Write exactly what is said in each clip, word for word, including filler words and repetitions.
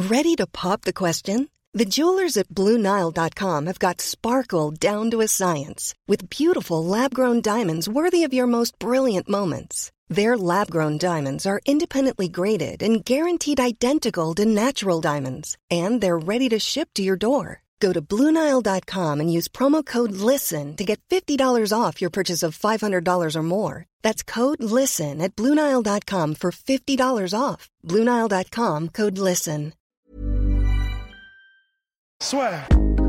Ready to pop the question? The jewelers at Blue Nile dot com have got sparkle down to a science with beautiful lab-grown diamonds worthy of your most brilliant moments. Their lab-grown diamonds are independently graded and guaranteed identical to natural diamonds, and they're ready to ship to your door. Go to Blue Nile dot com and use promo code LISTEN to get fifty dollars off your purchase of five hundred dollars or more. That's code LISTEN at Blue Nile dot com for fifty dollars off. Blue Nile dot com, code LISTEN. Soit.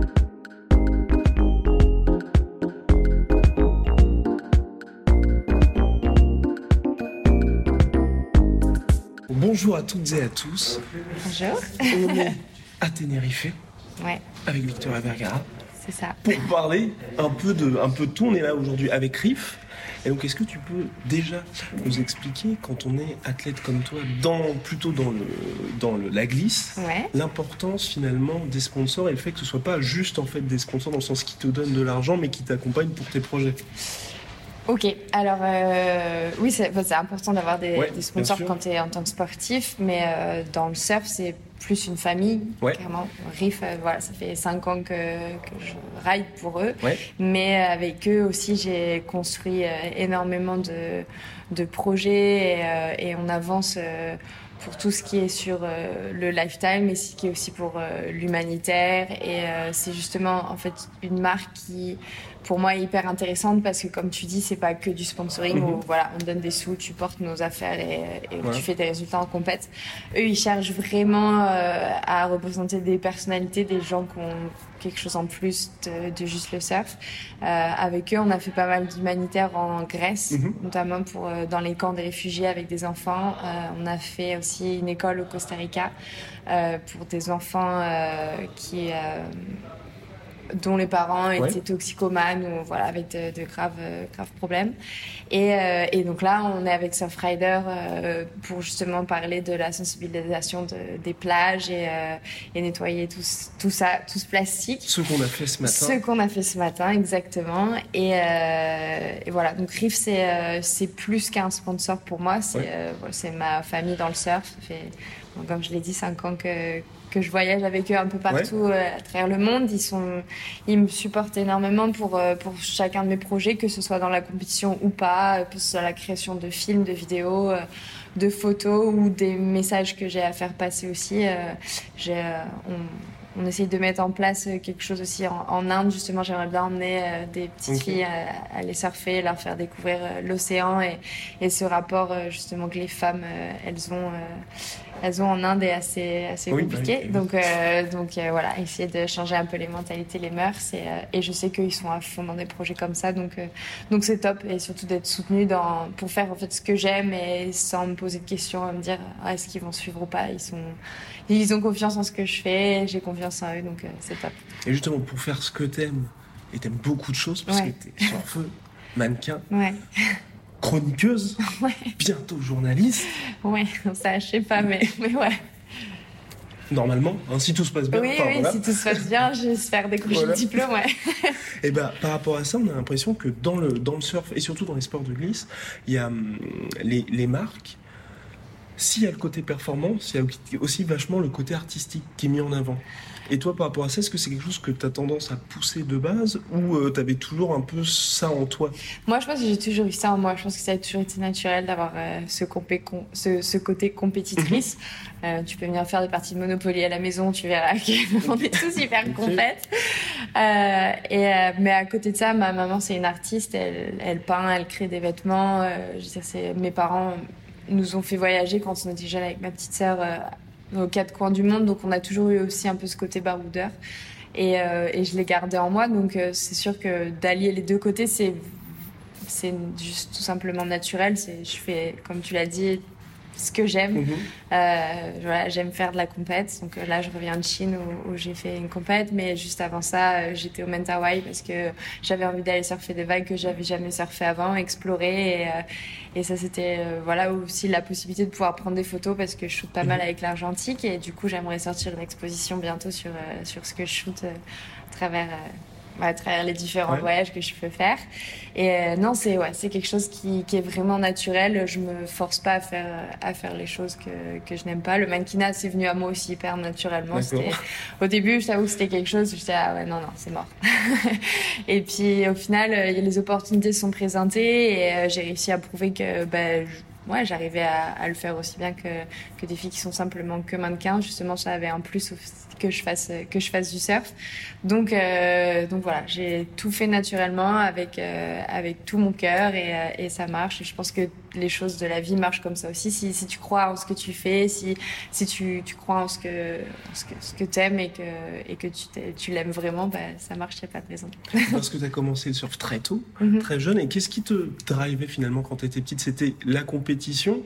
Bonjour à toutes et à tous. Bonjour. On est à Tenerife. Ouais. Avec Victoria Vergara. C'est ça. Pour parler un peu de, un peu de tout, on est là aujourd'hui avec Riff. Et donc, est-ce que tu peux déjà nous expliquer, quand on est athlète comme toi, dans, plutôt dans, le, dans le, la glisse, ouais. l'importance finalement des sponsors et le fait que ce ne soit pas juste en fait, des sponsors dans le sens qui te donnent de l'argent, mais qui t'accompagnent pour tes projets? Ok, alors euh, oui, c'est, c'est important d'avoir des, ouais, des sponsors quand tu es en tant que sportif, mais euh, dans le surf, c'est plus une famille, ouais. clairement. Riff, euh, voilà, ça fait cinq ans que, que je ride pour eux, ouais. mais avec eux aussi, j'ai construit euh, énormément de, de projets et, euh, et on avance euh, pour tout ce qui est sur euh, le lifetime, mais ce qui est aussi pour euh, l'humanitaire. Et euh, c'est justement en fait une marque qui, pour moi, est hyper intéressante parce que, comme tu dis, c'est pas que du sponsoring mm-hmm. où voilà, on donne des sous, tu portes nos affaires et, et ouais. tu fais tes résultats en compète. Eux, ils cherchent vraiment euh, à représenter des personnalités, des gens qui ont quelque chose en plus de, de juste le surf. Euh, avec eux, on a fait pas mal d'humanitaire en Grèce, mm-hmm. notamment pour euh, dans les camps des réfugiés avec des enfants. Euh, on a fait aussi une école au Costa Rica euh, pour des enfants euh, qui euh, dont les parents étaient ouais. toxicomanes ou voilà, avec de, de graves, euh, graves problèmes. Et, euh, et donc là, on est avec Surfrider euh, pour justement parler de la sensibilisation de, des plages et, euh, et nettoyer tout, tout ça, tout ce plastique. Ce qu'on a fait ce matin. Ce qu'on a fait ce matin, exactement. Et, euh, et voilà, donc Riff, c'est, euh, c'est plus qu'un sponsor pour moi. C'est, ouais. euh, c'est ma famille dans le surf. Ça fait, bon, comme je l'ai dit, cinq ans que... que je voyage avec eux un peu partout ouais. euh, à travers le monde. Ils sont, ils me supportent énormément pour euh, pour chacun de mes projets, que ce soit dans la compétition ou pas, que ce soit la création de films, de vidéos, euh, de photos ou des messages que j'ai à faire passer aussi. Euh, j'ai, euh, on, on essaye de mettre en place quelque chose aussi en, en Inde. Justement, j'aimerais bien emmener euh, des petites okay. filles à, à aller surfer, leur faire découvrir euh, l'océan et, et ce rapport euh, justement que les femmes euh, elles ont. Euh, Elles ont en Inde est assez, assez oui, compliqué. Bah oui, donc, euh, donc euh, voilà, essayer de changer un peu les mentalités, les mœurs. Et, euh, et je sais qu'ils sont à fond dans des projets comme ça. Donc, euh, donc c'est top. Et surtout d'être soutenu dans, pour faire en fait, ce que j'aime et sans me poser de questions, à me dire ah, est-ce qu'ils vont suivre ou pas. Ils, sont, ils ont confiance en ce que je fais. J'ai confiance en eux. Donc euh, c'est top. Et justement, pour faire ce que t'aimes, et t'aimes beaucoup de choses, parce ouais. que t'es surfeuse, mannequin. Ouais. Chroniqueuse, ouais. bientôt journaliste. Ouais, ça, je sais pas, mais, mais ouais. Normalement, hein, si tout se passe bien. Oui, oui, voilà. si tout se passe bien, j'espère décrocher voilà. le diplôme, ouais. Et ben, par rapport à ça, on a l'impression que dans le, dans le surf, et surtout dans les sports de glisse, il y a hum, les, les marques, s'il y a le côté performance, il y a aussi vachement le côté artistique qui est mis en avant. Et toi, par rapport à ça, est-ce que c'est quelque chose que tu as tendance à pousser de base ou euh, tu avais toujours un peu ça en toi? Moi, je pense que j'ai toujours eu ça en moi. Je pense que ça a toujours été naturel d'avoir euh, ce, compé- com- ce, ce côté compétitrice. Mm-hmm. Euh, tu peux venir faire des parties de Monopoly à la maison, tu verras qu'on est tous hyper complètes. Euh, et, euh, mais à côté de ça, ma maman, c'est une artiste. Elle, elle peint, elle crée des vêtements. Euh, je veux dire, c'est, mes parents nous ont fait voyager quand on était jeunes avec ma petite sœur euh, aux quatre coins du monde, donc on a toujours eu aussi un peu ce côté baroudeur et, euh, et je l'ai gardé en moi, donc euh, c'est sûr que d'allier les deux côtés c'est, c'est juste tout simplement naturel. C'est, je fais, comme tu l'as dit, ce que j'aime. Mm-hmm. Euh, voilà, j'aime faire de la compète. Donc là, je reviens de Chine où, où j'ai fait une compète, mais juste avant ça, j'étais au Mentawai parce que j'avais envie d'aller surfer des vagues que j'avais jamais surfé avant, explorer. Et, euh, et ça, c'était euh, voilà aussi la possibilité de pouvoir prendre des photos parce que je shoote pas mm-hmm. mal avec l'argentique et du coup, j'aimerais sortir une exposition bientôt sur euh, sur ce que je shoote euh, à travers euh, à travers les différents ouais. voyages que je peux faire. Et euh, non, c'est ouais, c'est quelque chose qui, qui est vraiment naturel. Je me force pas à faire à faire les choses que que je n'aime pas. Le mannequinat, c'est venu à moi aussi hyper naturellement. C'était, au début, je t'avoue que c'était quelque chose. Je disais ah ouais non non c'est mort. Et puis au final, euh, les opportunités se sont présentées et euh, j'ai réussi à prouver que ben bah, ouais, j'arrivais à, à le faire aussi bien que, que des filles qui sont simplement que mannequins. Justement, ça avait un plus que je fasse, que je fasse du surf. Donc, euh, donc voilà, j'ai tout fait naturellement avec, euh, avec tout mon cœur et, euh, et ça marche. Et je pense que les choses de la vie marchent comme ça aussi. Si, si tu crois en ce que tu fais, si, si tu, tu crois en ce que, en ce que, ce que t'aimes et que, et que tu, tu l'aimes vraiment, bah, ça marche, il n'y a pas de raison. Parce que tu as commencé le surf très tôt, Mm-hmm. très jeune. Et qu'est-ce qui te drivait finalement quand tu étais petite? C'était la compétition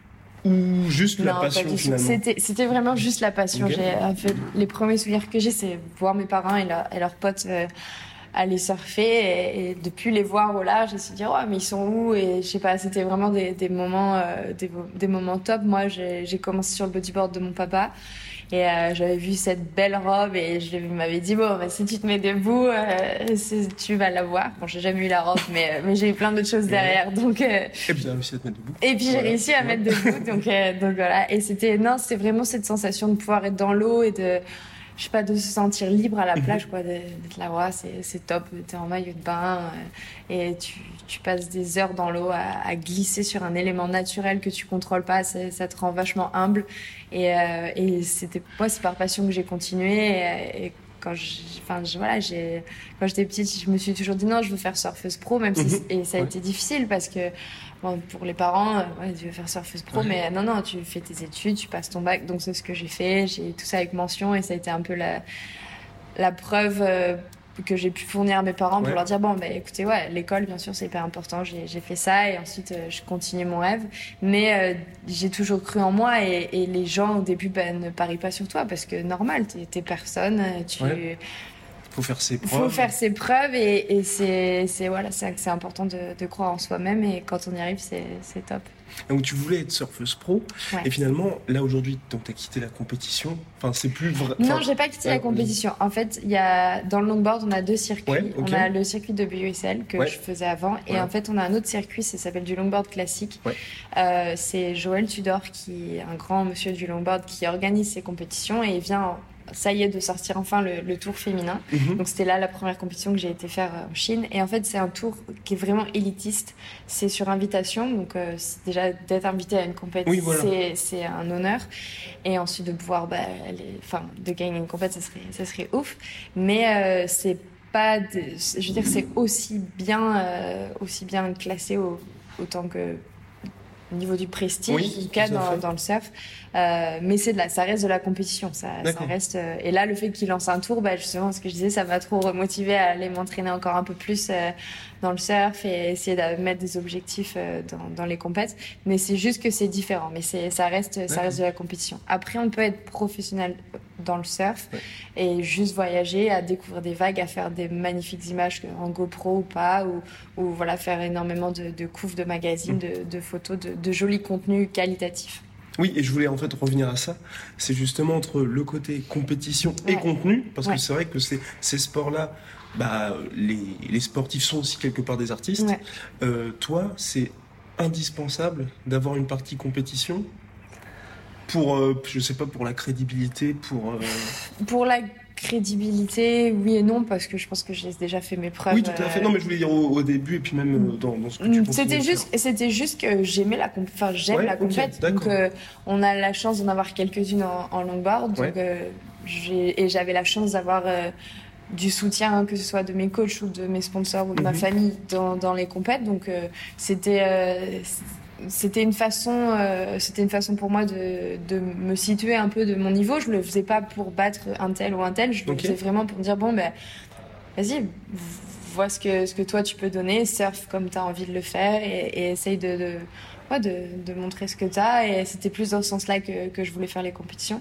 ou juste la non, passion finalement? C'était, c'était vraiment juste la passion. Okay. J'ai, en fait, les premiers souvenirs que j'ai, c'est voir mes parents et, leur, et leurs potes euh, aller surfer et, et depuis les voir au large, je me suis dit oh mais ils sont où? Et je sais pas, c'était vraiment des, des moments, euh, des, des moments top. Moi, j'ai, j'ai commencé sur le bodyboard de mon papa. Et euh, j'avais vu cette belle robe et je m'avais dit bon bah, si tu te mets debout euh, tu vas la voir. Bon j'ai jamais eu la robe mais mais j'ai eu plein d'autres choses derrière donc euh... et puis j'ai réussi à te mettre debout. Et puis j'ai voilà. réussi à ouais. mettre debout donc euh, donc voilà et c'était non c'était vraiment cette sensation de pouvoir être dans l'eau et de je sais pas de se sentir libre à la plage quoi d'être là ouais, c'est c'est top, t'es en maillot de bain euh, et tu tu passes des heures dans l'eau à, à glisser sur un élément naturel que tu contrôles pas, ça, ça te rend vachement humble et euh, et c'était moi c'est par passion que j'ai continué et, et quand je, enfin je, voilà j'ai quand j'étais petite je me suis toujours dit non je veux faire surfeuse pro même si et ça a ouais. été difficile parce que bon, pour les parents ouais, tu veux faire surfeuse pro ouais. mais non non tu fais tes études tu passes ton bac donc c'est ce que j'ai fait j'ai tout ça avec mention et ça a été un peu la la preuve euh, que j'ai pu fournir à mes parents pour ouais. leur dire bon bah écoutez ouais l'école bien sûr c'est hyper important j'ai j'ai fait ça et ensuite euh, je continue mon rêve mais euh, j'ai toujours cru en moi et, et les gens au début bah, ne parient pas sur toi parce que normal t'es, t'es personne tu ouais. faut faire ses preuves faut faire ses preuves et, et c'est c'est voilà c'est c'est important de, de croire en soi-même et quand on y arrive c'est c'est top. Donc tu voulais être surfeuse pro ouais. et finalement là aujourd'hui donc t'as quitté la compétition enfin c'est plus vrai non enfin, j'ai pas quitté euh, la compétition en fait il y a dans le longboard on a deux circuits ouais, okay. on a le circuit de B U S L que ouais. je faisais avant et ouais. en fait on a un autre circuit ça s'appelle du longboard classique ouais. euh, c'est Joël Tudor qui est un grand monsieur du longboard qui organise ces compétitions et il vient en ça y est de sortir enfin le, le tour féminin. Mm-hmm. Donc c'était là la première compétition que j'ai été faire en Chine. Et en fait c'est un tour qui est vraiment élitiste. C'est sur invitation, donc euh, c'est déjà d'être invité à une compétition, oui, voilà. c'est c'est un honneur. Et ensuite de pouvoir, bah, aller, enfin de gagner une compétition, ça serait ça serait ouf. Mais euh, c'est pas, de, je veux dire c'est aussi bien euh, aussi bien classé au, autant que au niveau du prestige, oui, en tout cas dans, dans le surf. Euh, mais c'est de la, ça reste de la compétition. Ça, ça reste. Euh, et là, le fait qu'il lance un tour, bah justement, ce que je disais, ça m'a trop remotivé à aller m'entraîner encore un peu plus euh, dans le surf et essayer de mettre des objectifs euh, dans, dans les compètes. Mais c'est juste que c'est différent. Mais c'est, ça reste, D'accord. ça reste de la compétition. Après, on peut être professionnel dans le surf ouais. et juste voyager, à découvrir des vagues, à faire des magnifiques images en GoPro ou pas, ou, ou voilà, faire énormément de, de couves de magazines, mmh. de, de photos, de, de jolis contenus qualitatifs. Oui, et je voulais en fait revenir à ça. C'est justement entre le côté compétition ouais. et contenu, parce ouais. que c'est vrai que c'est, ces sports-là, bah, les, les sportifs sont aussi quelque part des artistes. Ouais. Euh, toi, c'est indispensable d'avoir une partie compétition pour, euh, je sais pas, pour la crédibilité, pour... Euh... Pour la crédibilité, oui et non, parce que je pense que j'ai déjà fait mes preuves. Oui, tout à fait. Non, mais je voulais dire au, au début et puis même dans, dans ce que tu continues C'était juste, c'était juste que j'aimais la comp... enfin, j'aime ouais, la compète. Okay, donc, euh, on a la chance d'en avoir quelques-unes en, en longboard. Ouais. Donc, euh, j'ai... Et j'avais la chance d'avoir euh, du soutien, que ce soit de mes coachs ou de mes sponsors ou de mm-hmm. ma famille dans, dans les compètes. Donc, euh, c'était... Euh, c'était une façon euh, c'était une façon pour moi de de me situer un peu de mon niveau. Je le faisais pas pour battre un tel ou un tel, je le okay. faisais vraiment pour me dire bon ben vas-y, vois ce que ce que toi tu peux donner, surf comme tu as envie de le faire et, et essaye de de, ouais, de de montrer ce que tu as et c'était plus dans ce sens-là que que je voulais faire les compétitions.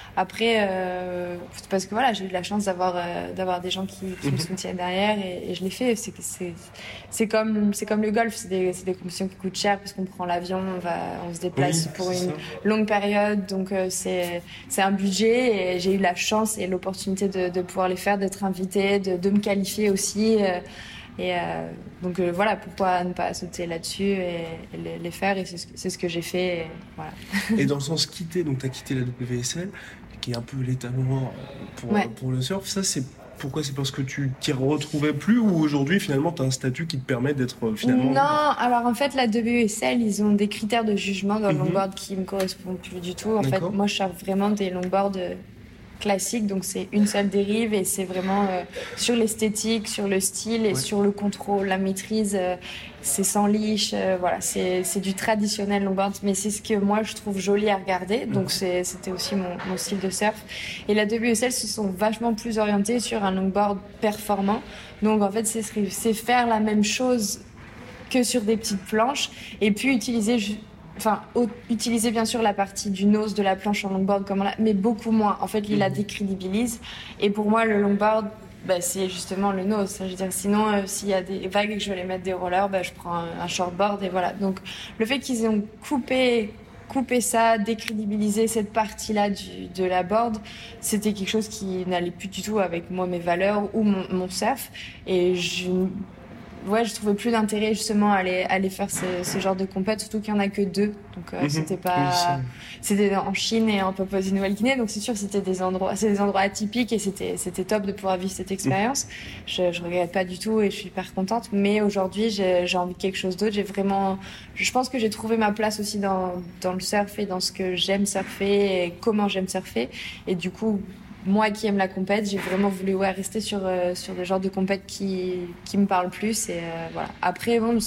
Après, euh, parce que voilà, j'ai eu de la chance d'avoir euh, d'avoir des gens qui, qui me soutiennent derrière et, et je l'ai fait. C'est c'est c'est comme c'est comme le golf, c'est des c'est des compétitions qui coûtent cher parce qu'on prend l'avion, on va on se déplace Oui, pour une ça. longue période, donc euh, c'est c'est un budget et j'ai eu la chance et l'opportunité de de pouvoir les faire, d'être invitée, de de me qualifier aussi. Euh, Et euh, donc euh, voilà, pourquoi ne pas sauter là-dessus et, et les, les faire, et c'est ce que, c'est ce que j'ai fait. Et, voilà. Et dans le sens quitter, donc tu as quitté la W S L, qui est un peu l'étalon pour, Ouais. pour le surf, ça c'est pourquoi? C'est parce que tu t'y retrouvais plus ou aujourd'hui finalement tu as un statut qui te permet d'être finalement... Non, alors en fait la W S L, ils ont des critères de jugement dans le Mhm. longboard qui me correspondent plus du tout. En fait, D'accord. moi je cherche vraiment des longboards euh, classiques, donc c'est une seule dérive et c'est vraiment euh, sur l'esthétique, sur le style et Ouais. sur le contrôle, la maîtrise. euh, c'est sans leash, euh, voilà, c'est c'est du traditionnel longboard, mais c'est ce que moi je trouve joli à regarder. Donc c'est c'était aussi mon, mon style de surf. Et la W S L se sont vachement plus orientés sur un longboard performant. Donc en fait c'est c'est faire la même chose que sur des petites planches et puis utiliser ju- enfin au- utiliser bien sûr la partie du nose de la planche en longboard comme on l'a, mais beaucoup moins. En fait, il la décrédibilise et pour moi le longboard, bah, c'est justement le nose. Je veux dire, sinon euh, s'il y a des vagues et que je veux les mettre des rollers, bah, je prends un, un shortboard et voilà. Donc le fait qu'ils ont coupé couper ça, décrédibiliser cette partie-là du, de la board, c'était quelque chose qui n'allait plus du tout avec moi, mes valeurs ou mon, mon surf. Et je, ouais, je trouvais plus d'intérêt justement à aller, à aller faire ce, ce genre de compète, surtout qu'il y en a que deux. Donc euh, Mhm. c'était Oui, pas, ça. c'était en Chine et en Papouasie-Nouvelle-Guinée. Donc c'est sûr que c'était des endroits, c'est des endroits atypiques et c'était, c'était top de pouvoir vivre cette expérience. Je, je regrette pas du tout et je suis hyper contente. Mais aujourd'hui, j'ai, j'ai envie de quelque chose d'autre. J'ai vraiment, je pense que j'ai trouvé ma place aussi dans, dans le surf et dans ce que j'aime surfer et comment j'aime surfer. Et du coup, moi qui aime la compète, j'ai vraiment voulu ouais, rester sur, euh, sur des genres de compète qui, qui me parlent plus. Et euh, voilà. Après, bon,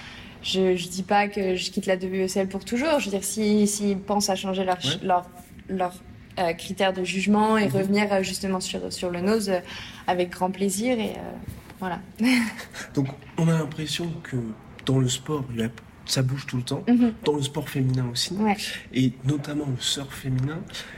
je, je dis pas que je quitte la W S L pour toujours. Je veux dire, s'ils si, s'ils pensent à changer leur, Ouais. leur, leur euh, critères de jugement et revenir euh, justement sur, sur le nose, euh, avec grand plaisir. Et euh, voilà. Donc on a l'impression que dans le sport, il y a- ça bouge tout le temps, Mhm. dans le sport féminin aussi, Ouais. et notamment le surf féminin.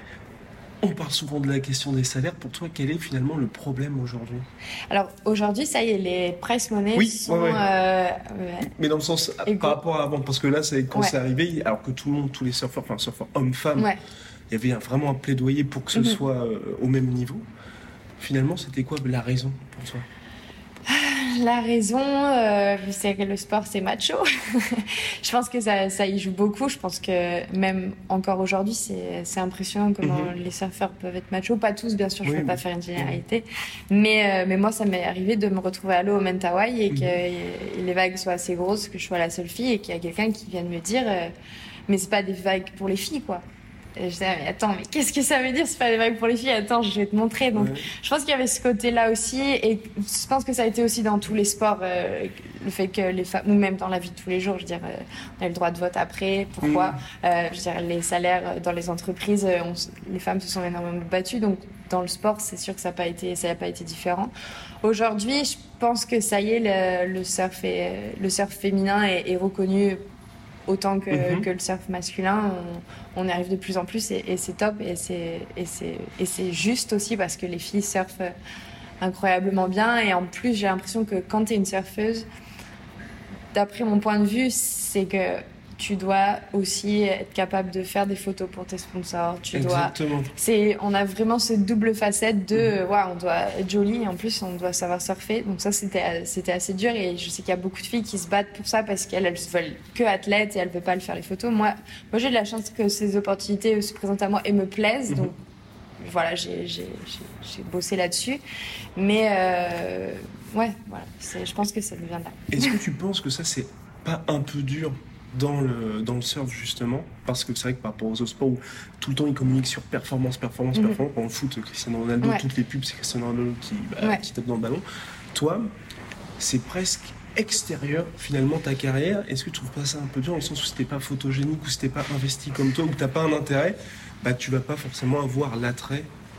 On parle souvent de la question des salaires. Pour toi, quel est finalement le problème aujourd'hui? Alors aujourd'hui, ça y est, les price money Oui, sont. ouais, ouais. euh, ouais. Mais dans le sens Égaux. par rapport à avant, parce que là, c'est quand Ouais. c'est arrivé, alors que tout le monde, tous les surfeurs, enfin surfeurs hommes-femmes, Ouais. il y avait un- vraiment un plaidoyer pour que ce Mhm. soit euh, au même niveau. Finalement, c'était quoi la raison pour toi? La raison, euh, c'est que le sport c'est macho. Je pense que ça, ça y joue beaucoup. Je pense que même encore aujourd'hui, c'est, c'est impressionnant comment Mhm. les surfeurs peuvent être machos. Pas tous, bien sûr, je ne Oui, veux pas oui. faire une généralité. Mais, euh, mais moi, ça m'est arrivé de me retrouver à l'eau au Mentawai et que Mhm. euh, les vagues soient assez grosses, que je sois la seule fille et qu'il y a quelqu'un qui vienne me dire euh, mais c'est pas des vagues pour les filles, quoi. Et je disais, mais attends, mais qu'est-ce que ça veut dire, c'est pas des vagues pour les filles? Attends, je vais te montrer. Donc, Ouais. je pense qu'il y avait ce côté-là aussi, et je pense que ça a été aussi dans tous les sports, euh, le fait que les femmes, ou même dans la vie de tous les jours, je veux dire, euh, on a le droit de vote après, pourquoi? Mhm. Euh, je veux dire, les salaires dans les entreprises, euh, on s- les femmes se sont énormément battues, donc dans le sport, c'est sûr que ça n'a pas été, ça n'a pas été différent. Aujourd'hui, je pense que ça y est, le, le surf est, le surf féminin est, est reconnu autant que, Mhm. que le surf masculin. On, on y arrive de plus en plus et, et c'est top et c'est, et, c'est, et c'est juste aussi parce que les filles surfent incroyablement bien. Et en plus, j'ai l'impression que quand tu es une surfeuse, d'après mon point de vue, c'est que tu dois aussi être capable de faire des photos pour tes sponsors. Tu dois Exactement. c'est, on a vraiment cette double facette de, euh, ouais, on doit être jolie et en plus on doit savoir surfer. Donc ça, c'était, c'était assez dur et je sais qu'il y a beaucoup de filles qui se battent pour ça parce qu'elles, elles veulent que athlètes et elles veulent pas le faire les photos. Moi, moi j'ai de la chance que ces opportunités se présentent à moi et me plaisent. Mhm. Donc voilà, j'ai, j'ai, j'ai, j'ai bossé là-dessus. Mais euh, ouais, voilà, c'est, je pense que ça devient là. Est-ce que tu penses que ça, c'est pas un peu dur dans le, dans le surf, justement? Parce que c'est vrai que par rapport aux autres sports où tout le temps ils communiquent sur performance, performance, Mhm. performance. Dans le foot, Cristiano Ronaldo, Ouais. toutes les pubs, c'est Cristiano Ronaldo qui, bah, Ouais. qui tape dans le ballon. Toi, c'est presque extérieur, finalement, ta carrière. Est-ce que tu trouves pas ça un peu dur, dans le sens où si t'es pas photogénique, ou si t'es pas investi comme toi, ou que t'as pas un intérêt, bah tu vas pas forcément avoir l'attrait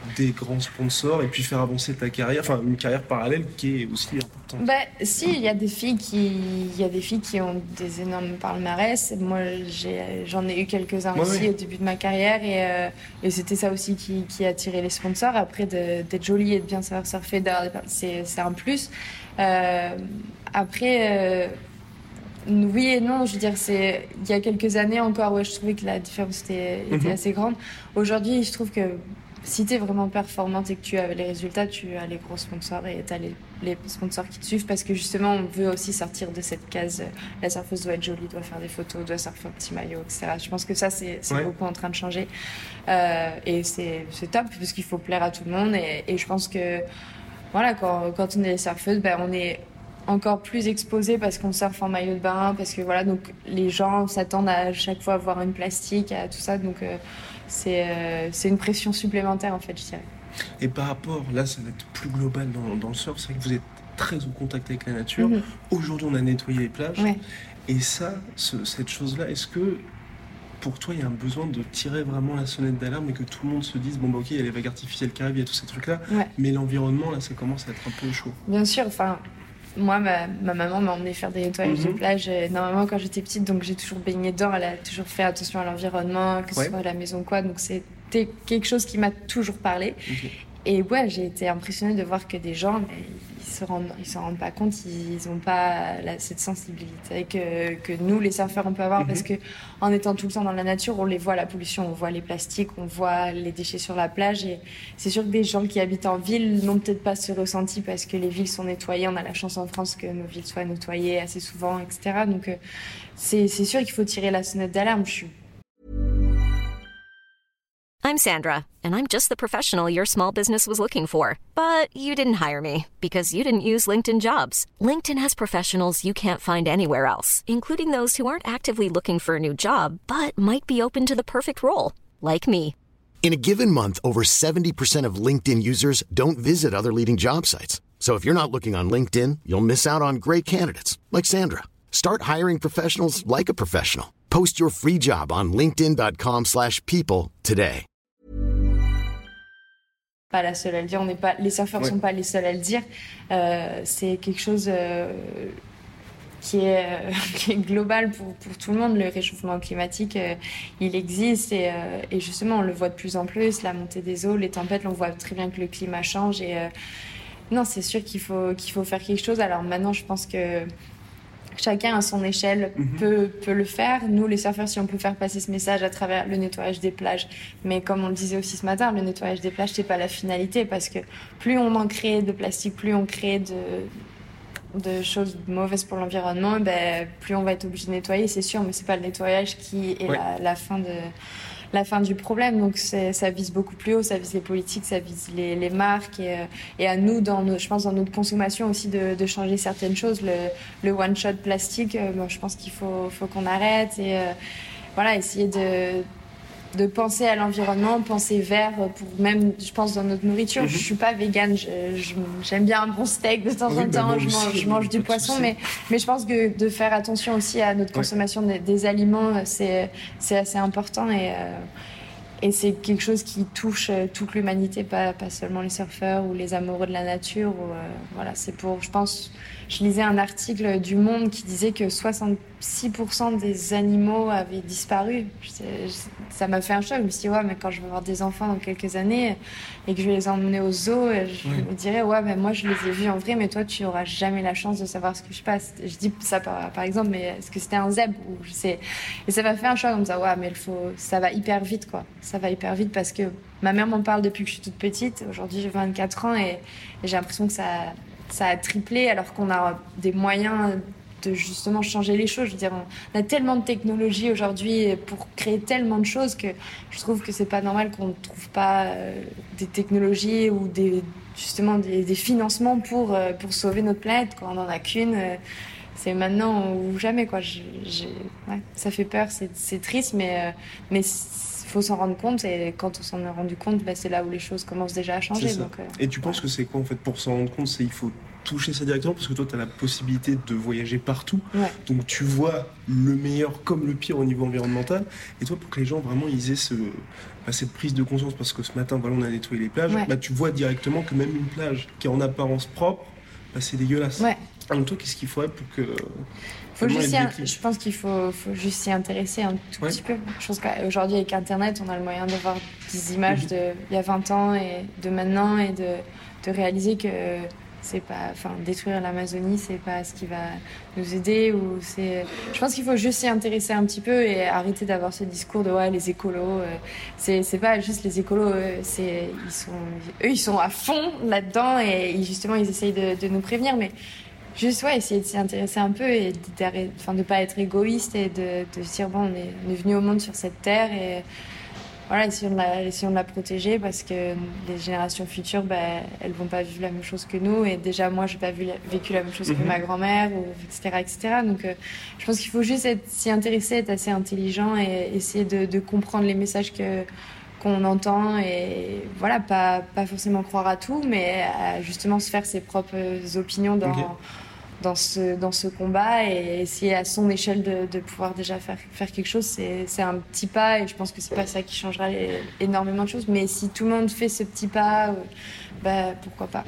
des grands sponsors et puis faire avancer ta carrière, enfin une carrière parallèle qui est aussi importante. Bah, si, il y a des filles qui, il y a des filles qui ont des énormes palmarès. Moi, j'ai, j'en ai eu quelques-uns ouais, aussi ouais. au début de ma carrière et, euh, et c'était ça aussi qui, qui a attiré les sponsors. Après, de, d'être jolie et de bien savoir surfer, c'est, c'est un plus. Euh, après, euh, oui et non, je veux dire, c'est il y a quelques années encore, ouais, je trouvais que la différence était, était mm-hmm. assez grande. Aujourd'hui, je trouve que si tu es vraiment performante et que tu as les résultats, tu as les gros sponsors et tu as les, les sponsors qui te suivent parce que justement, on veut aussi sortir de cette case. La surfeuse doit être jolie, doit faire des photos, doit surfer un petit maillot, et cetera. Je pense que ça, c'est, c'est ouais. beaucoup en train de changer. Euh, et c'est, c'est top parce qu'il faut plaire à tout le monde. Et, et je pense que voilà, quand, quand on est surfeuse, ben, on est encore plus exposé parce qu'on surfe en maillot de bain, parce que voilà, donc les gens s'attendent à chaque fois à voir une plastique, à tout ça. Donc, euh, C'est, euh, c'est une pression supplémentaire en fait, je dirais. Et par rapport, là ça va être plus global dans, dans le surf, c'est vrai que vous êtes très en contact avec la nature. Mm-hmm. Aujourd'hui on a nettoyé les plages. Ouais. Et ça, ce, cette chose-là, est-ce que pour toi il y a un besoin de tirer vraiment la sonnette d'alarme et que tout le monde se dise bon bah ok il y a les vagues artificielles qui arrivent, il y a tous ces trucs-là, ouais. mais l'environnement là ça commence à être un peu chaud. Bien sûr, enfin... Moi, ma, ma maman m'a emmenée faire des nettoyages mm-hmm. de plage. Normalement, quand j'étais petite, donc j'ai toujours baigné dedans. Elle a toujours fait attention à l'environnement, que ce ouais. soit à la maison ou quoi. Donc c'était quelque chose qui m'a toujours parlé. Okay. Et ouais, j'ai été impressionnée de voir que des gens, mais ils se rendent, ils s'en rendent pas compte, ils ont pas la, cette sensibilité que, que nous, les surfeurs, on peut avoir mm-hmm. parce que en étant tout le temps dans la nature, on les voit la pollution, on voit les plastiques, on voit les déchets sur la plage. Et c'est sûr que des gens qui habitent en ville n'ont peut-être pas ce ressenti parce que les villes sont nettoyées. On a la chance en France que nos villes soient nettoyées assez souvent, et cetera. Donc c'est, c'est sûr qu'il faut tirer la sonnette d'alarme. Je suis I'm Sandra, and I'm just the professional your small business was looking for. But you didn't hire me because you didn't use LinkedIn Jobs. LinkedIn has professionals you can't find anywhere else, including those who aren't actively looking for a new job, but might be open to the perfect role, like me. In a given month, over seventy percent of LinkedIn users don't visit other leading job sites. So if you're not looking on LinkedIn, you'll miss out on great candidates, like Sandra. Start hiring professionals like a professional. Post your free job on linkedin.com slash people today. Pas la seule à le dire, on n'est pas, les surfeurs ne ouais. sont pas les seuls à le dire. Euh, c'est quelque chose euh, qui, est, euh, qui est global pour, pour tout le monde. Le réchauffement climatique, euh, il existe et, euh, et justement, on le voit de plus en plus. La montée des eaux, les tempêtes, on voit très bien que le climat change. Et, euh, non, c'est sûr qu'il faut, qu'il faut faire quelque chose. Alors maintenant, je pense que chacun à son échelle mm-hmm. peut, peut le faire. Nous, les surfeurs, si on peut faire passer ce message à travers le nettoyage des plages. Mais comme on le disait aussi ce matin, le nettoyage des plages, c'est pas la finalité parce que plus on en crée de plastique, plus on crée de, de choses mauvaises pour l'environnement, ben, plus on va être obligé de nettoyer, c'est sûr, mais c'est pas le nettoyage qui est ouais. la, la fin de... la fin du problème. Donc c'est, ça vise beaucoup plus haut, ça vise les politiques, ça vise les, les marques et, et à nous, dans nos, je pense dans notre consommation aussi de, de changer certaines choses. Le, le one shot plastique, euh, bon, je pense qu'il faut, faut qu'on arrête et euh, voilà, essayer de de penser à l'environnement, penser vert pour même, je pense, dans notre nourriture. Mm-hmm. Je suis pas végane, je, je, j'aime bien un bon steak de temps oui, en temps, bah je, mange, je mange du poisson, mais, mais je pense que de faire attention aussi à notre consommation ouais. des, des aliments, c'est, c'est assez important et, euh, et c'est quelque chose qui touche toute l'humanité, pas, pas seulement les surfeurs ou les amoureux de la nature. Ou, euh, voilà, c'est pour, je pense, je lisais un article du Monde qui disait que soixante-six pour cent des animaux avaient disparu. Je, je, ça m'a fait un choc. Je me suis dit, ouais, mais quand je vais avoir des enfants dans quelques années et que je vais les emmener au zoo, je ouais. me dirais, ouais, mais moi, je les ai vus en vrai, mais toi, tu n'auras jamais la chance de savoir ce que je passe. Je dis ça par, par exemple, mais est-ce que c'était un zèbre ou je sais. Et ça m'a fait un choc en me disant, ouais, mais il faut, ça va hyper vite, quoi. Ça va hyper vite parce que ma mère m'en parle depuis que je suis toute petite. Aujourd'hui, j'ai vingt-quatre ans et, et j'ai l'impression que ça, ça a triplé alors qu'on a des moyens de justement changer les choses. Je veux dire, on a tellement de technologies aujourd'hui pour créer tellement de choses que je trouve que c'est pas normal qu'on ne trouve pas euh, des technologies ou des, justement des, des financements pour, euh, pour sauver notre planète. Quand on n'en a qu'une, euh, c'est maintenant ou jamais, quoi. Je, j'ai, ouais, ça fait peur, c'est, c'est triste, mais, euh, mais il faut s'en rendre compte et quand on s'en est rendu compte, bah, c'est là où les choses commencent déjà à changer. Donc, euh, et tu penses ouais. que c'est quoi en fait pour s'en rendre compte? C'est il faut toucher ça directement parce que toi, tu as la possibilité de voyager partout. Ouais. Donc, tu vois le meilleur comme le pire au niveau environnemental. Et toi, pour que les gens vraiment ils aient ce, bah, cette prise de conscience, parce que ce matin, voilà, on a nettoyé les plages, Ouais. bah, tu vois directement que même une plage qui est en apparence propre, bah, c'est dégueulasse. Ouais. Alors, toi, qu'est-ce qu'il faudrait pour que. Faut juste y y, je pense qu'il faut, faut juste s'y intéresser un tout ouais. petit peu. Je pense qu'aujourd'hui, avec Internet, on a le moyen de voir des images mmh. de il y a vingt ans et de maintenant et de, de réaliser que c'est pas, enfin, détruire l'Amazonie, c'est pas ce qui va nous aider. Ou c'est... Je pense qu'il faut juste s'y intéresser un petit peu et arrêter d'avoir ce discours de ouais, les écolos. Euh, c'est, c'est pas juste les écolos, euh, c'est, ils sont, eux, ils sont à fond là-dedans et justement, ils essayent de, de nous prévenir. Mais juste, ouais, essayer de s'y intéresser un peu et enfin, de ne pas être égoïste et de, de se dire, bon, on est, on est venu au monde sur cette terre et voilà, essayons de, la, essayons de la protéger parce que les générations futures, bah, elles ne vont pas vivre la même chose que nous. Et déjà, moi, je n'ai pas vu, vécu la même chose mm-hmm. que ma grand-mère, ou, et cetera, et cetera. Donc, euh, je pense qu'il faut juste être, s'y intéresser, être assez intelligent et essayer de, de comprendre les messages que qu'on entend et voilà, pas, pas forcément croire à tout, mais à justement se faire ses propres opinions dans... Okay. Dans ce, dans ce combat et essayer à son échelle de, de pouvoir déjà faire, faire quelque chose, c'est, c'est un petit pas et je pense que c'est pas ça qui changera les, énormément de choses. Mais si tout le monde fait ce petit pas, bah, pourquoi pas.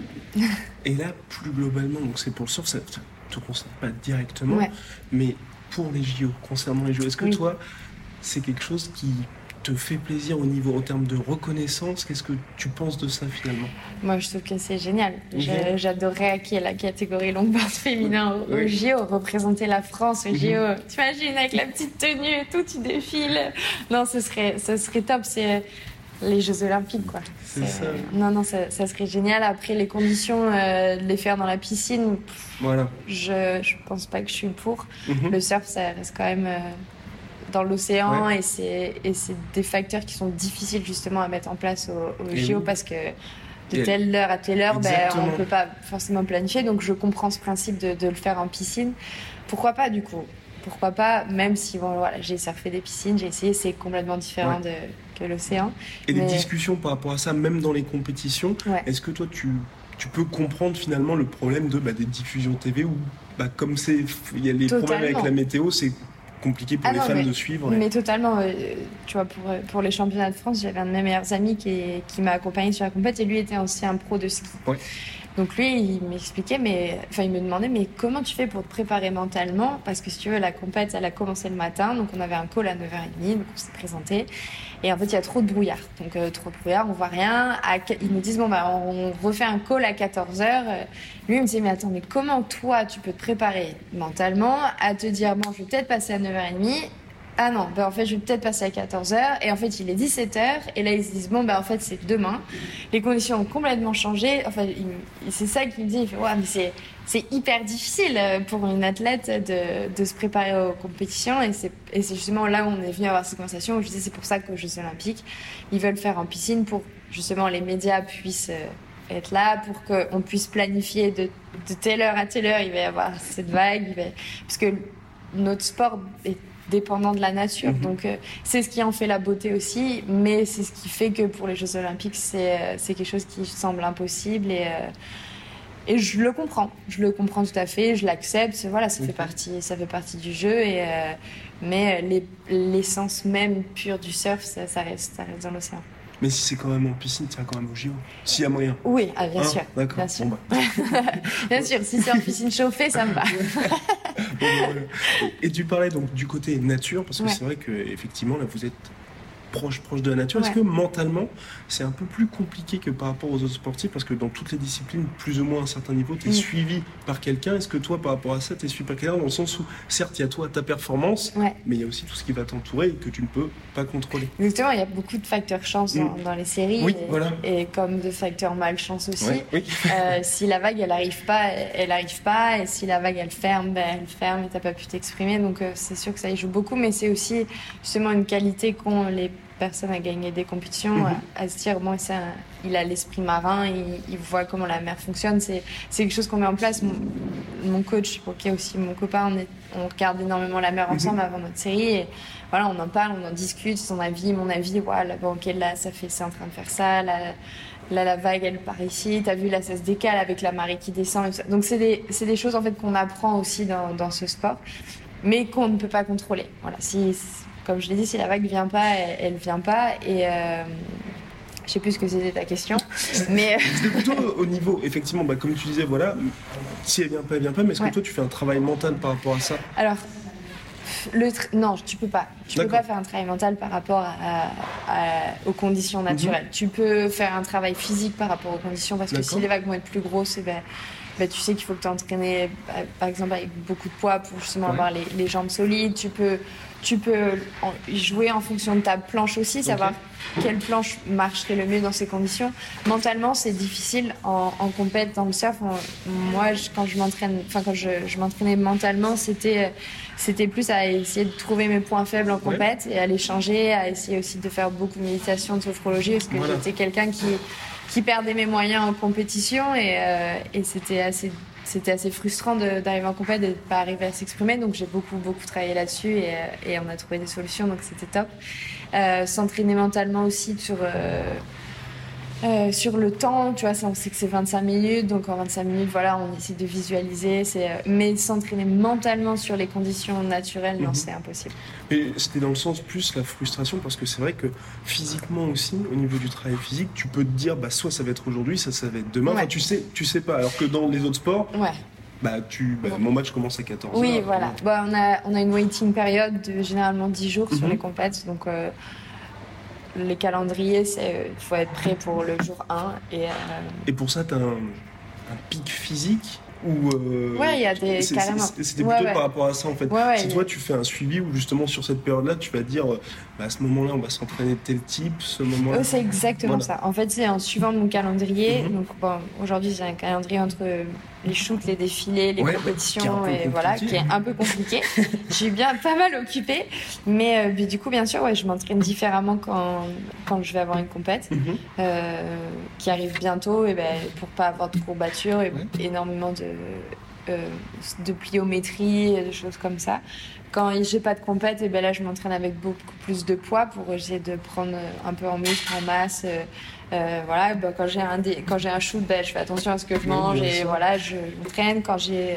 Et là, plus globalement, donc c'est pour le surf, ça ne te concerne pas directement, ouais. mais pour les J O, concernant les J O, est-ce que oui. toi, c'est quelque chose qui te fait plaisir au niveau, en termes de reconnaissance? Qu'est-ce que tu penses de ça finalement? Moi, je trouve que c'est génial. Mm-hmm. J'adorerais qu'il y ait la catégorie longboard féminin au, oui. au J O, représenter la France au mm-hmm. J O. T'imagines, avec la petite tenue et tout, tu défiles. Non, ce serait, ce serait top. C'est les Jeux Olympiques, quoi. C'est, c'est ça. Non, non, ça, ça serait génial. Après, les conditions euh, de les faire dans la piscine, pff, voilà. je, je pense pas que je suis pour. Mm-hmm. Le surf, ça reste quand même... Euh, dans l'océan ouais. et, c'est, et c'est des facteurs qui sont difficiles justement à mettre en place au, au J O oui. parce que de et telle heure à telle heure, ben, on ne peut pas forcément planifier. Donc je comprends ce principe de, de le faire en piscine. Pourquoi pas du coup? Pourquoi pas, même si bon, voilà, j'ai surfé des piscines, j'ai essayé, c'est complètement différent ouais. de, que l'océan. Et mais... les discussions par rapport à ça, même dans les compétitions, ouais. est-ce que toi tu... tu peux comprendre finalement le problème de, bah, des diffusions T V où bah, comme c'est, il y a les Totalement. problèmes avec la météo, c'est compliqué pour ah les non, femmes mais, de suivre. Mais totalement. Euh, tu vois, pour, pour les championnats de France, j'avais un de mes meilleurs amis qui, qui m'a accompagné sur la compète et lui était ancien pro de ski. Ouais. Donc lui, il m'expliquait, mais enfin, il me demandait, mais comment tu fais pour te préparer mentalement? Parce que si tu veux, la compète, elle a commencé le matin, donc on avait un call à neuf heures trente, donc on s'est présenté. Et en fait, il y a trop de brouillard. Donc, euh, trop de brouillard, on voit rien. À, ils nous disent, bon, bah, on refait un call à quatorze heures. Lui, il me disait, mais attends, mais comment toi, tu peux te préparer mentalement à te dire, bon, je vais peut-être passer à neuf heures trente. Ah non, bah en fait, je vais peut-être passer à quatorze heures. Et en fait, il est dix-sept heures. Et là, ils se disent, bon, bah en fait, c'est demain. Les conditions ont complètement changé. Enfin, il, c'est ça qu'il me dit. Il fait, ouais, mais c'est, c'est hyper difficile pour une athlète de, de se préparer aux compétitions. Et c'est, et c'est justement là où on est venu avoir cette conversation. Où je disais, c'est pour ça qu'aux Jeux Olympiques, ils veulent faire en piscine pour justement les médias puissent être là, pour qu'on puisse planifier de, de telle heure à telle heure. Il va y avoir cette vague. Il va... Parce que notre sport est dépendant de la nature. Mmh. Donc, euh, c'est ce qui en fait la beauté aussi, mais c'est ce qui fait que pour les Jeux Olympiques, c'est, euh, c'est quelque chose qui semble impossible et, euh, et je le comprends. Je le comprends tout à fait, je l'accepte. Voilà, ça, mmh. fait, partie, ça fait partie du jeu, et, euh, mais les, l'essence même pure du surf, ça, ça, reste, ça reste dans l'océan. Mais si c'est quand même en piscine, tu vas quand même au J O. S'il y a moyen. Oui, ah, bien, hein sûr, D'accord. bien sûr. Bon, bah. Bien sûr, si c'est en piscine chauffée, ça me va. Bon, voilà. Et tu parlais donc du côté nature, parce que ouais. c'est vrai qu'effectivement, là, vous êtes proche, proche de la nature. Ouais. Est-ce que mentalement, c'est un peu plus compliqué que par rapport aux autres sportifs? Parce que dans toutes les disciplines, plus ou moins à un certain niveau, tu es mmh. suivi par quelqu'un. Est-ce que toi, par rapport à ça, tu es suivi par quelqu'un dans le sens où, certes, il y a toi, ta performance, ouais. mais il y a aussi tout ce qui va t'entourer et que tu ne peux pas contrôler? Exactement, il y a beaucoup de facteurs chance dans, mmh. dans les séries, oui, et, voilà. et comme de facteurs malchance aussi. Ouais, oui. euh, si la vague, elle n'arrive pas, elle n'arrive pas, et si la vague, elle ferme, ben, elle ferme et tu n'as pas pu t'exprimer. Donc, euh, c'est sûr que ça y joue beaucoup, mais c'est aussi justement une qualité qu'ont les personne à gagner des compétitions, mmh. à, à se dire bon, ça, il a l'esprit marin, il, il voit comment la mer fonctionne. C'est, c'est quelque chose qu'on met en place. Mon, mon coach, qui est aussi mon copain, on, est, on regarde énormément la mer ensemble mmh. avant notre série. Et voilà, on en parle, on en discute, son avis, mon avis. Voilà, bon, ok, là, ça fait, c'est en train de faire ça. Là, là la vague elle part ici, t'as vu là ça se décale avec la marée qui descend et tout ça. Donc c'est des, c'est des choses en fait qu'on apprend aussi dans, dans ce sport, mais qu'on ne peut pas contrôler. Voilà, si, comme je l'ai dit, si la vague vient pas, elle, elle vient pas. Et euh, je sais plus ce que c'était ta question, mais c'était plutôt au niveau, effectivement, bah, comme tu disais, voilà, si elle vient pas, elle vient pas. Mais est-ce ouais. que toi tu fais un travail mental par rapport à ça? Alors. Le tra- non, tu peux pas. Tu D'accord. peux pas faire un travail mental par rapport à, à, aux conditions naturelles. Mm-hmm. Tu peux faire un travail physique par rapport aux conditions parce D'accord. que si les vagues vont être plus grosses, et ben, ben, tu sais qu'il faut que tu entraînes, par exemple, avec beaucoup de poids pour justement ouais. avoir les, les jambes solides. Tu peux, tu peux en, jouer en fonction de ta planche aussi, savoir okay. quelle planche marcherait le mieux dans ces conditions. Mentalement, c'est difficile en, en compète dans le surf. En, moi, je, quand je m'entraîne, enfin quand je, je m'entraînais mentalement, c'était C'était plus à essayer de trouver mes points faibles en compète ouais. et à les changer, à essayer aussi de faire beaucoup de méditation, de sophrologie, parce que voilà. j'étais quelqu'un qui, qui perdait mes moyens en compétition et, euh, et c'était assez, c'était assez frustrant de, d'arriver en compète et de ne pas arriver à s'exprimer. Donc j'ai beaucoup, beaucoup travaillé là-dessus et, et on a trouvé des solutions, donc c'était top. Euh, s'entraîner mentalement aussi sur... Euh, Euh, sur le temps, tu vois, ça, on sait que c'est vingt-cinq minutes, donc en vingt-cinq minutes, voilà, on essaie de visualiser, c'est, euh, mais s'entraîner mentalement sur les conditions naturelles, mm-hmm. non, c'est impossible. Et c'était dans le sens plus la frustration, parce que c'est vrai que physiquement aussi, au niveau du travail physique, tu peux te dire, bah, soit ça va être aujourd'hui, ça, ça va être demain, ouais. enfin, tu sais, tu sais pas, alors que dans les autres sports, ouais. Bah, tu, bah, mon match commence à quatorze heures. Oui, voilà. Bah, on, a, on a une waiting période de généralement dix jours mm-hmm. sur les compètes, donc... Euh, les calendriers, il faut être prêt pour le jour un. Et, euh... et pour ça, tu as un, un pic physique ou euh... Ouais, il y a des... c'est, carrément. C'est, c'était plutôt ouais, ouais. par rapport à ça, en fait. Ouais, ouais, si ouais. toi, tu fais un suivi où, justement, sur cette période-là, tu vas dire, bah, à ce moment-là, on va s'entraîner de tel type, ce moment-là... Oh, c'est exactement voilà. ça. En fait, c'est en suivant mon calendrier. Mm-hmm. Donc, bon, aujourd'hui, j'ai un calendrier entre les shoots, les défilés, les ouais, compétitions, et voilà, qui est un peu compliqué. Je suis bien pas mal occupée, mais, euh, mais du coup, bien sûr, ouais, je m'entraîne différemment quand, quand je vais avoir une compète mm-hmm. euh, qui arrive bientôt, et ben, pour pas avoir de courbatures et ouais. énormément de, euh, de pliométrie, de choses comme ça. Quand j'ai pas de compète, et ben là, je m'entraîne avec beaucoup plus de poids pour essayer de prendre un peu en muscle, en masse. Euh, Euh, voilà, bah, quand j'ai un dé... quand j'ai un shoot, bah, je fais attention à ce que je mange et voilà, je m'entraîne. Quand j'ai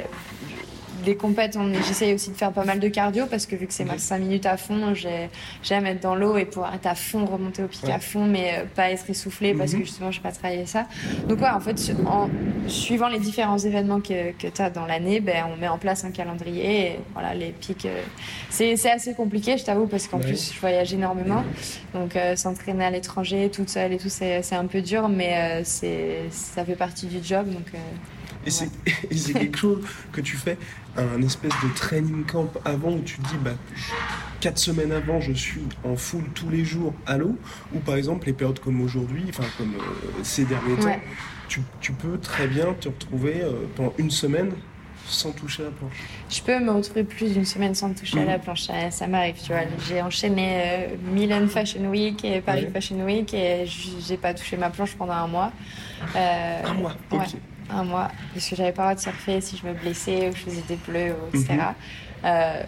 des compètes, on... j'essaye aussi de faire pas mal de cardio parce que vu que c'est okay. cinq minutes à fond, j'ai... j'aime être dans l'eau et pouvoir être à fond, remonter au pic ouais. à fond, mais euh, pas être essoufflé mm-hmm. parce que justement, je n'ai pas travaillé ça. Donc ouais, en fait, en suivant les différents événements que, que tu as dans l'année, ben, on met en place un calendrier et voilà, les pics. Euh... C'est... c'est assez compliqué, je t'avoue, parce qu'en ouais. plus, je voyage énormément. Donc euh, s'entraîner à l'étranger, toute seule et tout, c'est, c'est un peu dur, mais euh, c'est... ça fait partie du job. Donc, euh... Et c'est, et c'est quelque chose que tu fais, un espèce de training camp avant où tu te dis, bah, quatre semaines avant, je suis en full tous les jours à l'eau, ou par exemple, les périodes comme aujourd'hui, enfin comme euh, ces derniers temps, ouais. tu, tu peux très bien te retrouver euh, pendant une semaine sans toucher à la planche. Je peux me retrouver plus d'une semaine sans toucher mmh. à la planche, ça, ça m'arrive, tu vois. J'ai enchaîné euh, Milan Fashion Week et Paris ouais. Fashion Week et j'ai pas touché ma planche pendant un mois. Euh, un mois, ok. Ouais. Un mois, parce que j'avais pas le droit de surfer si je me blessais ou je faisais des bleus, et cetera. Mm-hmm. Euh,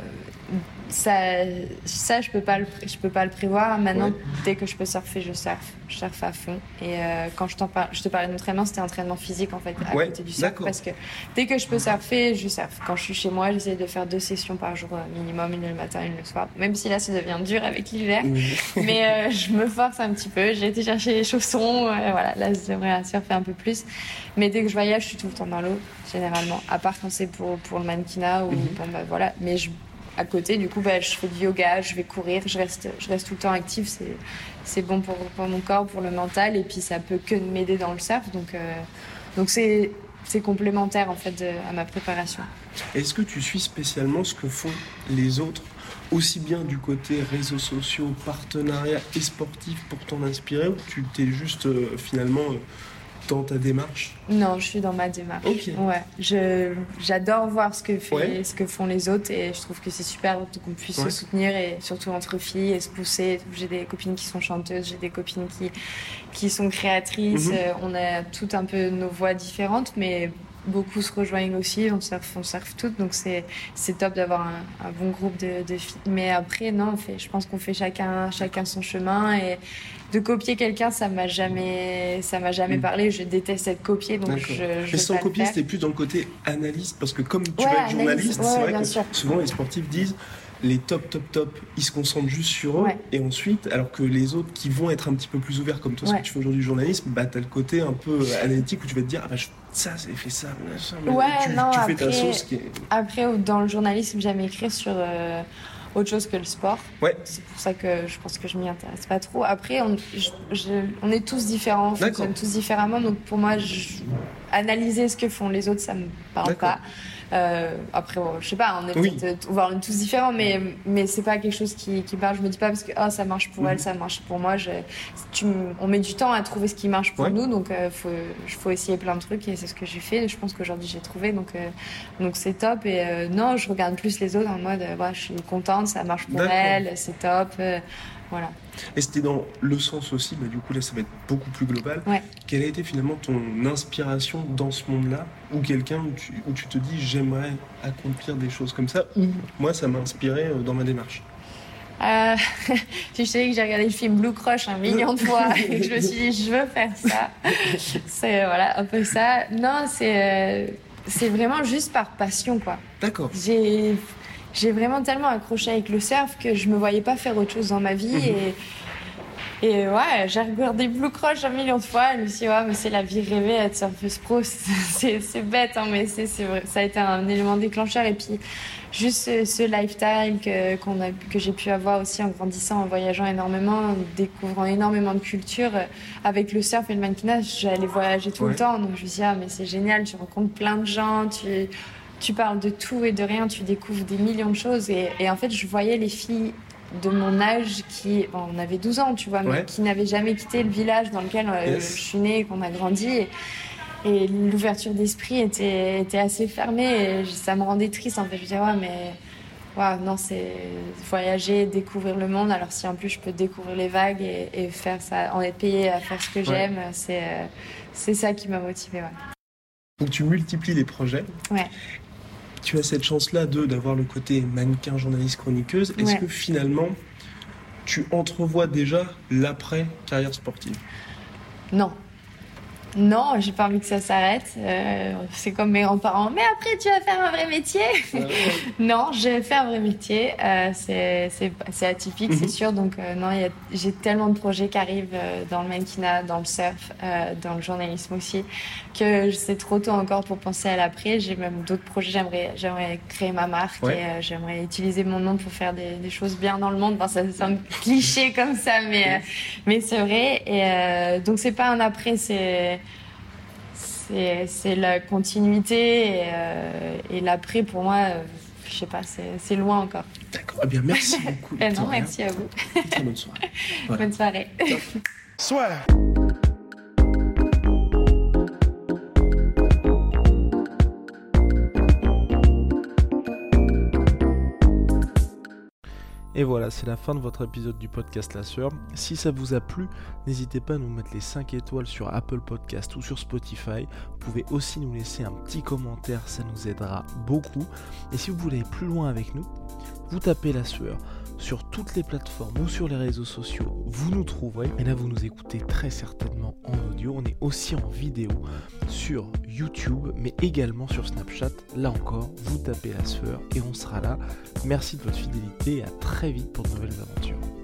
ça, ça je peux pas le, je peux pas le prévoir. Maintenant, ouais. dès que je peux surfer, je surfe, je surfe à fond. Et euh, quand je, t'en par... je te parlais d'entraînement, c'était entraînement physique en fait à ouais. côté du surf, D'accord. parce que dès que je peux surfer, je surfe. Quand je suis chez moi, j'essaie de faire deux sessions par jour minimum, une le matin, une le soir. Même si là, ça devient dur avec l'hiver, mm-hmm. mais euh, je me force un petit peu. J'ai été chercher les chaussons, euh, voilà. Là, j'aimerais surfer un peu plus. Mais dès que je voyage, je suis tout le temps dans l'eau, généralement. À part quand c'est pour pour le mannequinat ou mm-hmm. bon bah voilà. Mais je à côté, du coup, bah, je fais du yoga, je vais courir, je reste, je reste tout le temps active. C'est, c'est bon pour, pour mon corps, pour le mental, et puis ça peut que m'aider dans le surf. Donc, euh, donc c'est, c'est complémentaire en fait de, à ma préparation. Est-ce que tu suis spécialement ce que font les autres, aussi bien du côté réseaux sociaux, partenariats et sportifs pour t'en inspirer, ou tu t'es juste euh, finalement euh, dans ta démarche? Non, je suis dans ma démarche. Okay. Ouais, je, j'adore voir ce que, fait, ouais. ce que font les autres et je trouve que c'est super qu'on puisse ouais. se soutenir et surtout entre filles et se pousser. J'ai des copines qui sont chanteuses, j'ai des copines qui, qui sont créatrices. Mm-hmm. On a toutes un peu nos voix différentes, mais beaucoup se rejoignent aussi, on surfe, on surfe toutes, donc c'est, c'est top d'avoir un, un bon groupe de, de filles. Mais après, non, on fait, je pense qu'on fait chacun, chacun son chemin, et de copier quelqu'un, ça m'a jamais, ça m'a jamais mmh. parlé. Je déteste être copié, donc D'accord. je, je Mais sans copier, c'était plus dans le côté analyste, parce que comme tu ouais, vas être journaliste, ouais, c'est vrai que sûr. souvent les sportifs disent les top, top, top, ils se concentrent juste sur eux, ouais. et ensuite, alors que les autres qui vont être un petit peu plus ouverts, comme toi, ouais. ce que tu fais aujourd'hui du journalisme, bah, t'as le côté un peu analytique où tu vas te dire, ah bah, je, ça, ça fait ça, ça ouais, tu, non, tu après, fais ta sauce. Qui est... Après, dans le journalisme, j'aime écrire sur euh, autre chose que le sport. Ouais. C'est pour ça que je pense que je m'y intéresse pas trop. Après, on, je, je, on est tous différents, on fonctionne tous différemment, donc pour moi, je, analyser ce que font les autres, ça me parle D'accord. pas. Euh, après, bon, je sais pas, on est oui. peut-être, on est tous différents, mais mais c'est pas quelque chose qui qui parle. Je me dis pas parce que oh ça marche pour mmh. elle, ça marche pour moi. Je, tu, on met du temps à trouver ce qui marche pour ouais. nous, donc euh, faut faut essayer plein de trucs et c'est ce que j'ai fait. Je pense qu'aujourd'hui j'ai trouvé, donc euh, donc c'est top. Et euh, non, je regarde plus les autres en mode, euh, ouais, je suis contente, ça marche pour D'accord. elle, c'est top. Euh, Voilà. Et c'était dans le sens aussi, bah du coup là ça va être beaucoup plus global. Ouais. Quelle a été finalement ton inspiration dans ce monde-là, ou quelqu'un où tu, où tu te dis j'aimerais accomplir des choses comme ça, ou moi ça m'a inspiré dans ma démarche. Euh, je sais que j'ai regardé le film Blue Crush un million de fois et que je me suis dit je veux faire ça. C'est voilà un peu ça. Non, c'est euh, c'est vraiment juste par passion quoi. D'accord. J'ai J'ai vraiment tellement accroché avec le surf que je me voyais pas faire autre chose dans ma vie. Mmh. Et, et ouais, j'ai regardé Blue Crush un million de fois. Je me suis dit, ouais, mais c'est la vie rêvée, être surfeuse pro. C'est, c'est bête, hein, mais c'est, c'est vrai. Ça a été un élément déclencheur. Et puis, juste ce, ce lifestyle que, qu'on a, que j'ai pu avoir aussi en grandissant, en voyageant énormément, en découvrant énormément de cultures. Avec le surf et le mannequinat, j'allais voyager tout ouais. le temps. Donc, je me suis dit, ah, mais c'est génial, tu rencontres plein de gens, tu... Tu parles de tout et de rien, tu découvres des millions de choses. Et, et en fait, je voyais les filles de mon âge qui... Bon, on avait douze ans, tu vois, mais ouais. qui n'avaient jamais quitté le village dans lequel euh, yes. je suis née et qu'on a grandi. Et, et l'ouverture d'esprit était, était assez fermée. Et ça me rendait triste, en fait. Je me disais, ouais, mais... Ouais, non, c'est voyager, découvrir le monde. Alors si en plus je peux découvrir les vagues et, et faire ça, en être payée à faire ce que ouais. j'aime, c'est, euh, c'est ça qui m'a motivée, ouais. Donc tu multiplies les projets. Ouais. Tu as cette chance-là de, d'avoir le côté mannequin, journaliste, chroniqueuse. Est-ce ouais. que finalement, tu entrevois déjà l'après-carrière sportive ? Non. Non, j'ai pas envie que ça s'arrête. Euh, c'est comme mes grands-parents. Mais après, tu vas faire un vrai métier. Ah ouais. Non, j'ai fait un vrai métier. Euh, c'est, c'est, c'est atypique, mm-hmm. c'est sûr. Donc, euh, non, y a, j'ai tellement de projets qui arrivent euh, dans le mannequinat, dans le surf, euh, dans le journalisme aussi, que c'est trop tôt encore pour penser à l'après. J'ai même d'autres projets. J'aimerais, j'aimerais créer ma marque ouais. et euh, j'aimerais utiliser mon nom pour faire des, des choses bien dans le monde. Enfin, ça semble cliché comme ça, mais, euh, mais c'est vrai. Et euh, donc, c'est pas un après, c'est... C'est, c'est la continuité et, euh, et l'après pour moi, euh, je sais pas, c'est, c'est loin encore. D'accord, eh bien merci beaucoup. eh non, merci à vous. Très bonne soirée. Voilà. Bonne soirée. Soit. Et voilà, c'est la fin de votre épisode du podcast La Sueur. Si ça vous a plu, n'hésitez pas à nous mettre les cinq étoiles sur Apple Podcast ou sur Spotify. Vous pouvez aussi nous laisser un petit commentaire, ça nous aidera beaucoup. Et si vous voulez aller plus loin avec nous, vous tapez La Sueur sur toutes les plateformes ou sur les réseaux sociaux, vous nous trouverez. Et là, vous nous écoutez très certainement en audio. On est aussi en vidéo sur YouTube, mais également sur Snapchat. Là encore, vous tapez La Sueur et on sera là. Merci de votre fidélité et à très vite pour de nouvelles aventures.